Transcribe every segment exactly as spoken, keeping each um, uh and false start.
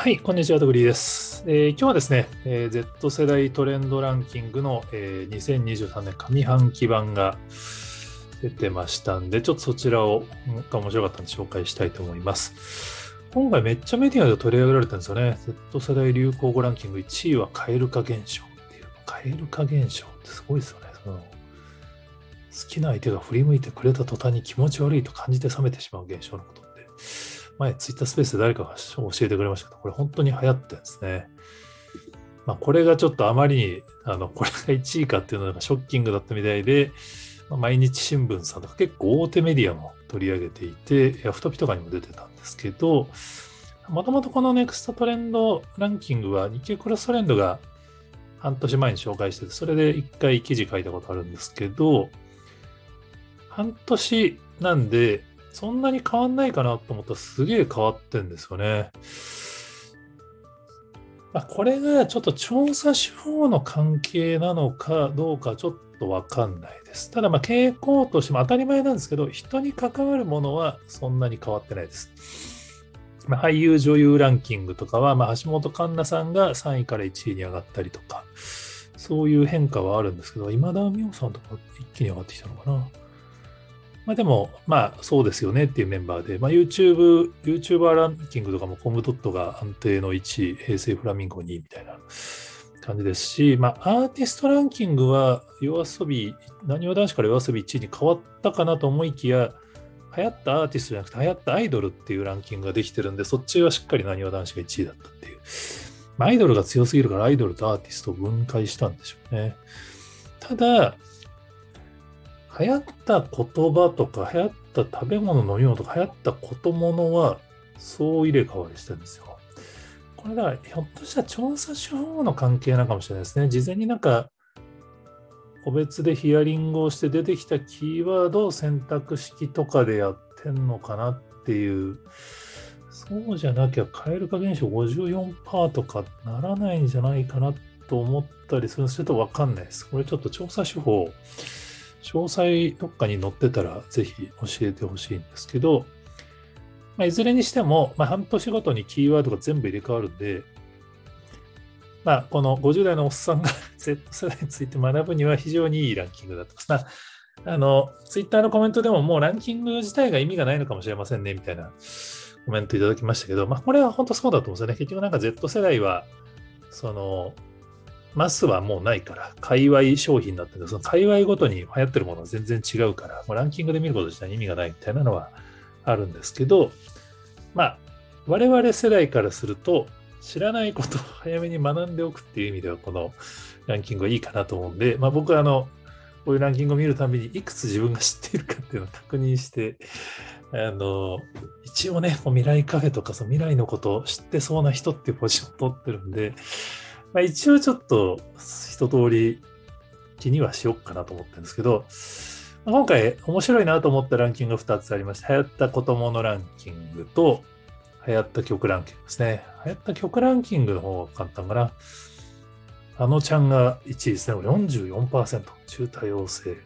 はい、こんにちは、とぐりーです。えー今日はですね、えー Z 世代トレンドランキングの、えーにせんにじゅうさんねん上半期版が出てましたんで、ちょっとそちらを、うんが面白かったので紹介したいと思います。今回めっちゃメディアで取り上げられたんですよね。Z 世代流行語ランキングいちいは蛙化現象っていう。蛙化現象ってすごいですよね。その好きな相手が振り向いてくれた途端に気持ち悪いと感じて冷めてしまう現象のことって。前、ツイッタースペースで誰かが教えてくれましたけど、これ本当に流行ってるんですね。まあ、これがちょっとあまりに、あの、これがいちいかっていうのがショッキングだったみたいで、まあ毎日新聞さんとか結構大手メディアも取り上げていて、ヤフトピとかにも出てたんですけど、もともとこのネクストトレンドランキングは日経クロストレンドが半年前に紹介してて、それで一回記事書いたことあるんですけど、半年なんで、そんなに変わんないかなと思ったらすげえ変わってんですよね。まあ、これがちょっと調査手法の関係なのかどうかちょっとわかんないです。ただまあ傾向としても当たり前なんですけど、人に関わるものはそんなに変わってないです。まあ、俳優女優ランキングとかは、まあ、橋本環奈さんがさんいからいちいに上がったりとか、そういう変化はあるんですけど、今田美桜さんとか一気に上がってきたのかな。まあでも、まあそうですよねっていうメンバーで、まあ YouTube、YouTuber ランキングとかもコムドットが安定のいちい、平成フラミンゴにいみたいな感じですし、まあアーティストランキングは夜遊び、なにわ男子から夜遊びいちいに変わったかなと思いきや、流行ったアーティストじゃなくて流行ったアイドルっていうランキングができてるんで、そっちはしっかりなにわ男子がいちいだったっていう。まあアイドルが強すぎるからアイドルとアーティストを分解したんでしょうね。ただ、流行った言葉とか、流行った食べ物、飲み物とか、流行ったことものは、そう入れ替わりしてるんですよ。これが、ひょっとしたら調査手法の関係なのかもしれないですね。事前になんか、個別でヒアリングをして出てきたキーワードを選択式とかでやってんのかなっていう、そうじゃなきゃ、蛙化現象 ごじゅうよんパーセント とかならないんじゃないかなと思ったりするんですけど、わかんないです。これちょっと調査手法、詳細どっかに載ってたらぜひ教えてほしいんですけど、まあ、いずれにしても、まあ、半年ごとにキーワードが全部入れ替わるんで、まあ、このごじゅう代のおっさんが Z 世代について学ぶには非常にいいランキングだったます。まあ、あの、ツイッターのコメントでももうランキング自体が意味がないのかもしれませんね、みたいなコメントいただきましたけど、まあ、これは本当そうだと思うんですよね。結局なんか Z 世代は、その、マスはもうないから、界隈商品になってるその界隈ごとに流行ってるものは全然違うから、もうランキングで見ること自体に意味がないみたいなのはあるんですけど、まあ、我々世代からすると、知らないことを早めに学んでおくっていう意味では、このランキングはいいかなと思うんで、まあ僕はあの、こういうランキングを見るたびに、いくつ自分が知っているかっていうのを確認して、あの、一応ね、こう未来カフェとかその未来のことを知ってそうな人っていうポジションを取ってるんで、まあ、一応ちょっと一通り気にはしよっかなと思ってるんですけど、今回面白いなと思ったランキングがふたつありまして、流行った子供のランキングと流行った曲ランキングですね。流行った曲ランキングの方が簡単かな。あのちゃんがいちいですね。よんじゅうよんパーセント。中多様性。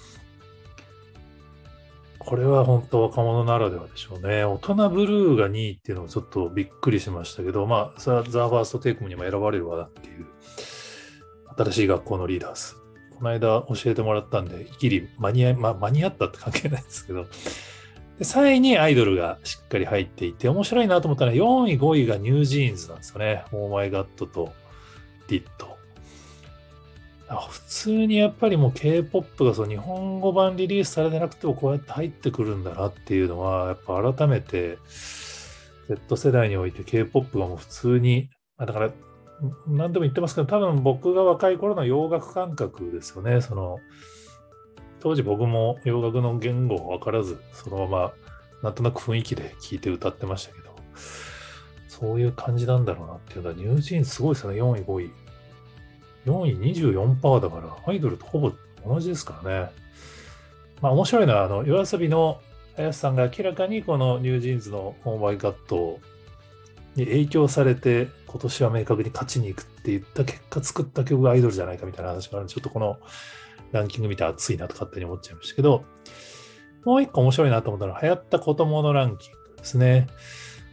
これは本当若者ならではでしょうね。大人ブルーがにいっていうのもちょっとびっくりしましたけど、まあ、ザ・ファーストテイクにも選ばれるわなっていう、新しい学校のリーダーズ。この間教えてもらったんで、ギリ間に合い、ま、間に合ったって関係ないですけど、でさんいにアイドルがしっかり入っていて、面白いなと思ったのはよんい、ごいがニュージーンズなんですよね。オーマイガットとディット。普通にやっぱりもう K-ポップ がそう日本語版リリースされてなくてもこうやって入ってくるんだなっていうのは、やっぱ改めて Z 世代において K-ポップ がもう普通に、だから何度も言ってますけど、多分僕が若い頃の洋楽感覚ですよね。その当時僕も洋楽の言語が分からず、そのままなんとなく雰囲気で聴いて歌ってましたけど、そういう感じなんだろうなっていうのは、ニュージーンすごいですよね。よんい、ごい。よんい にじゅうよんパーセント だから、アイドルとほぼ同じですからね。まあ面白いのは、あの、夜遊びの林さんが明らかにこのニュージーンズのオーマイガットに影響されて、今年は明確に勝ちに行くって言った結果作った曲がアイドルじゃないかみたいな話があるんで、ちょっとこのランキング見て熱いなと勝手に思っちゃいましたけど、もう一個面白いなと思ったのは、流行った子供のランキングですね。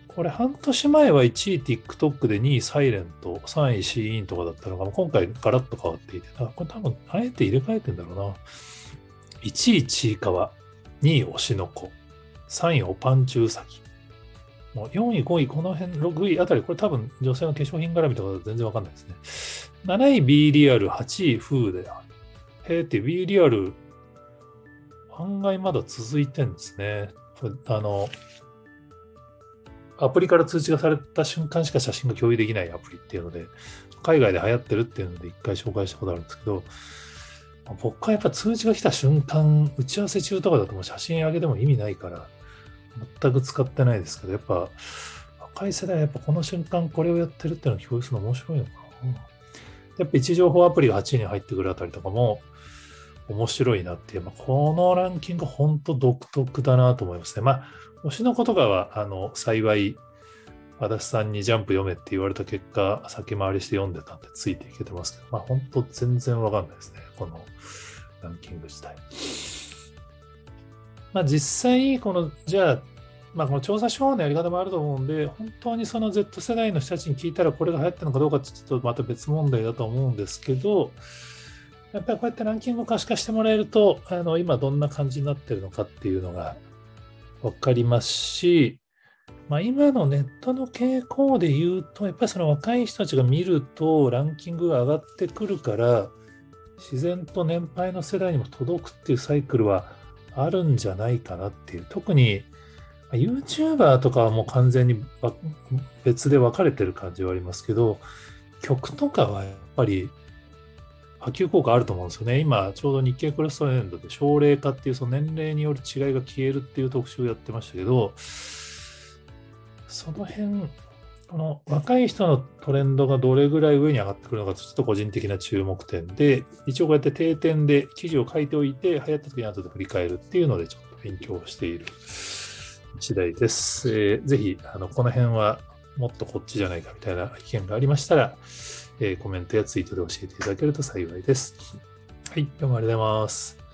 これ半年前はいちい TikTok でにいサイレント、さんいシーインとかだったのが、今回ガラッと変わっていて、あこれ多分あえて入れ替えてんだろうな。いちいちいかわ、にい推しの子、さんいおパンチウサギ。もうよんい、ごい、この辺、ろくいあたり、これ多分女性の化粧品絡みとかだと全然わかんないですね。なない B リアル、はちいフーである。へーって B リアル、案外まだ続いてんですね。これあの、アプリから通知がされた瞬間しか写真が共有できないアプリっていうので、海外で流行ってるっていうので一回紹介したことあるんですけど、僕はやっぱ通知が来た瞬間、打ち合わせ中とかだともう写真上げても意味ないから、全く使ってないですけど、やっぱ若い世代はやっぱこの瞬間これをやってるっていうのを共有するの面白いのかな。やっぱ位置情報アプリがはちいに入ってくるあたりとかも面白いなっていう、まあ、このランキング本当独特だなと思いますね。まあ、推しの子とかは、あの、幸い、足立さんにジャンプ読めって言われた結果、先回りして読んでたんでついていけてますけど、まあ本当全然わかんないですね。このランキング自体。まあ実際、この、じゃあ、まあこの調査手法のやり方もあると思うんで、本当にその Z 世代の人たちに聞いたらこれが流行ってるのかどうかちょっとまた別問題だと思うんですけど、やっぱりこうやってランキングを可視化してもらえると、あの今どんな感じになってるのかっていうのがわかりますし、まあ、今のネットの傾向で言うと、やっぱりその若い人たちが見るとランキングが上がってくるから、自然と年配の世代にも届くっていうサイクルはあるんじゃないかなっていう。特に YouTuber とかはもう完全に別で分かれてる感じはありますけど、曲とかはやっぱり波及効果あると思うんですよね。今、ちょうど日経クロストレンドで奨励化っていうその年齢による違いが消えるっていう特集をやってましたけど、その辺、この若い人のトレンドがどれぐらい上に上がってくるのか、ちょっと個人的な注目点で、一応こうやって定点で記事を書いておいて、流行った時に後で振り返るっていうので、ちょっと勉強している次第です。えー、ぜひ、あのこの辺はもっとこっちじゃないかみたいな意見がありましたら、えー、コメントやツイートで教えていただけると幸いです。はい、どうもありがとうございます。